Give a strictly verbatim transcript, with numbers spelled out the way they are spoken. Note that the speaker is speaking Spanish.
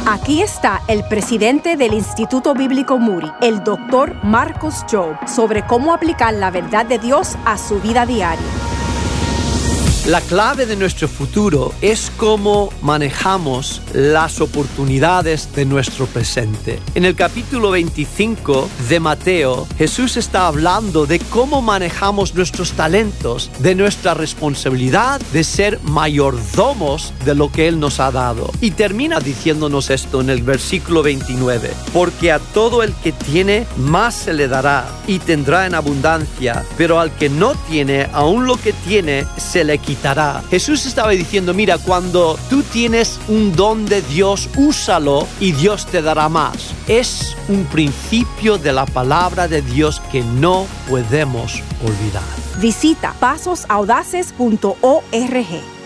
Aquí está el presidente del Instituto Bíblico Moody, el doctor Marcus Jobe, sobre cómo aplicar la verdad de Dios a su vida diaria. La clave de nuestro futuro es cómo manejamos las oportunidades de nuestro presente. En el capítulo veinticinco de Mateo, Jesús está hablando de cómo manejamos nuestros talentos, de nuestra responsabilidad de ser mayordomos de lo que Él nos ha dado. Y termina diciéndonos esto en el versículo veintinueve. Porque a todo el que tiene, más se le dará y tendrá en abundancia, pero al que no tiene, aún lo que tiene, se le quitará. Jesús estaba diciendo, mira, cuando tú tienes un don de Dios, úsalo y Dios te dará más. Es un principio de la palabra de Dios que no podemos olvidar. Visita pasos audaces punto org.